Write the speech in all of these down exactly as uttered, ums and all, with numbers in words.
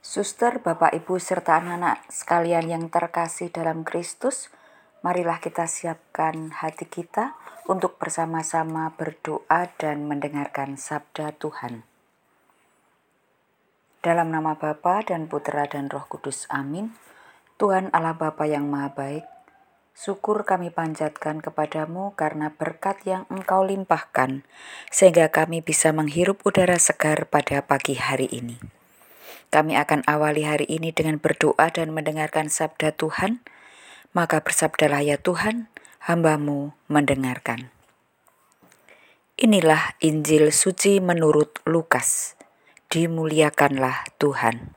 Suster, Bapak, Ibu, serta anak-anak sekalian yang terkasih dalam Kristus, marilah kita siapkan hati kita untuk bersama-sama berdoa dan mendengarkan sabda Tuhan. Dalam nama Bapa dan Putera dan Roh Kudus, amin. Tuhan Allah Bapa yang Maha Baik, syukur kami panjatkan kepadamu karena berkat yang Engkau limpahkan, sehingga kami bisa menghirup udara segar pada pagi hari ini. Kami akan awali hari ini dengan berdoa dan mendengarkan sabda Tuhan. Maka bersabdalah ya Tuhan, hamba-Mu mendengarkan. Inilah Injil suci menurut Lukas. Dimuliakanlah Tuhan.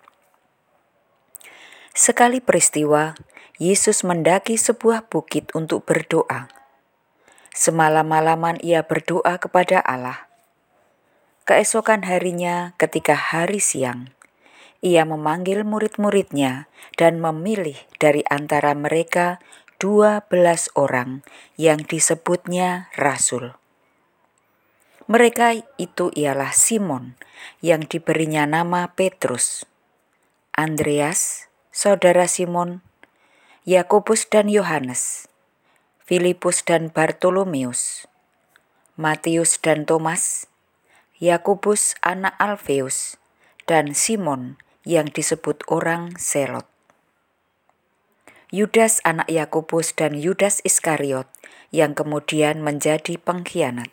Sekali peristiwa, Yesus mendaki sebuah bukit untuk berdoa. Semalam-malaman ia berdoa kepada Allah. Keesokan harinya ketika hari siang, ia memanggil murid-muridnya dan memilih dari antara mereka dua belas orang yang disebutnya rasul. Mereka itu ialah Simon yang diberinya nama Petrus, Andreas, saudara Simon, Yakobus dan Yohanes, Filipus dan Bartolomeus, Matius dan Thomas, Yakobus anak Alfeus, dan Simon yang disebut orang Selot. Yudas anak Yakobus dan Yudas Iskariot yang kemudian menjadi pengkhianat.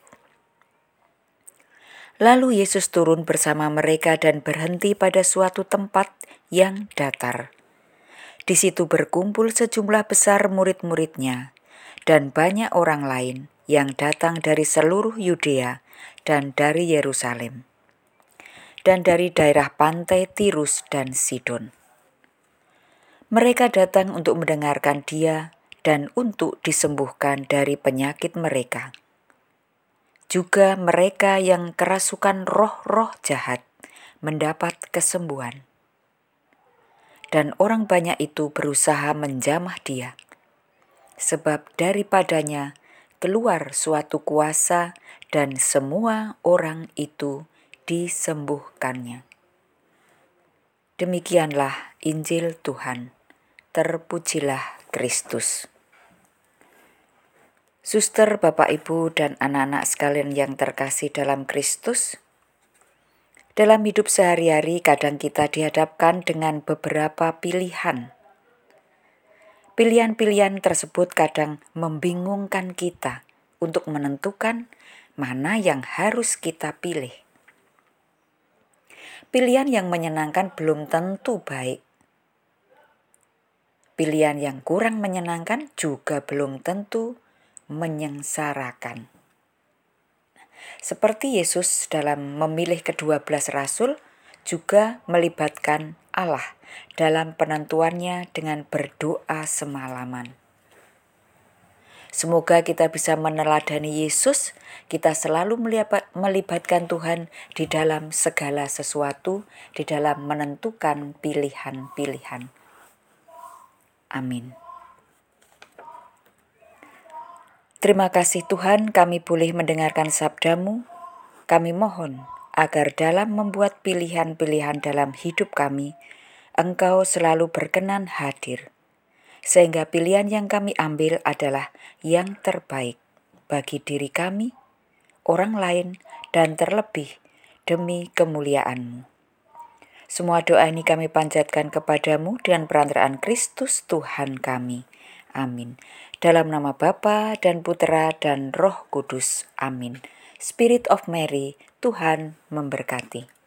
Lalu Yesus turun bersama mereka dan berhenti pada suatu tempat yang datar. Di situ berkumpul sejumlah besar murid-muridnya dan banyak orang lain yang datang dari seluruh Yudea dan dari Yerusalem, dan dari daerah pantai Tirus dan Sidon. Mereka datang untuk mendengarkan Dia dan untuk disembuhkan dari penyakit mereka. Juga mereka yang kerasukan roh-roh jahat mendapat kesembuhan. Dan orang banyak itu berusaha menjamah Dia, sebab daripadanya keluar suatu kuasa dan semua orang itu disembuhkannya. Demikianlah Injil Tuhan. Terpujilah Kristus. Suster, Bapak, Ibu, dan anak-anak sekalian yang terkasih dalam Kristus, dalam hidup sehari-hari kadang kita dihadapkan dengan beberapa pilihan. Pilihan-pilihan tersebut kadang membingungkan kita untuk menentukan mana yang harus kita pilih. Pilihan yang menyenangkan belum tentu baik. Pilihan yang kurang menyenangkan juga belum tentu menyengsarakan. Seperti Yesus dalam memilih kedua belas rasul juga melibatkan Allah dalam penentuannya dengan berdoa semalaman. Semoga kita bisa meneladani Yesus, kita selalu melibatkan Tuhan di dalam segala sesuatu, di dalam menentukan pilihan-pilihan. Amin. Terima kasih Tuhan, kami boleh mendengarkan sabda-Mu. Kami mohon agar dalam membuat pilihan-pilihan dalam hidup kami, Engkau selalu berkenan hadir, sehingga pilihan yang kami ambil adalah yang terbaik bagi diri kami, orang lain, dan terlebih demi kemuliaan-Mu. Semua doa ini kami panjatkan kepadamu dengan perantaraan Kristus Tuhan kami. Amin. Dalam nama Bapa dan Putera dan Roh Kudus. Amin. Spirit of Mary, Tuhan memberkati.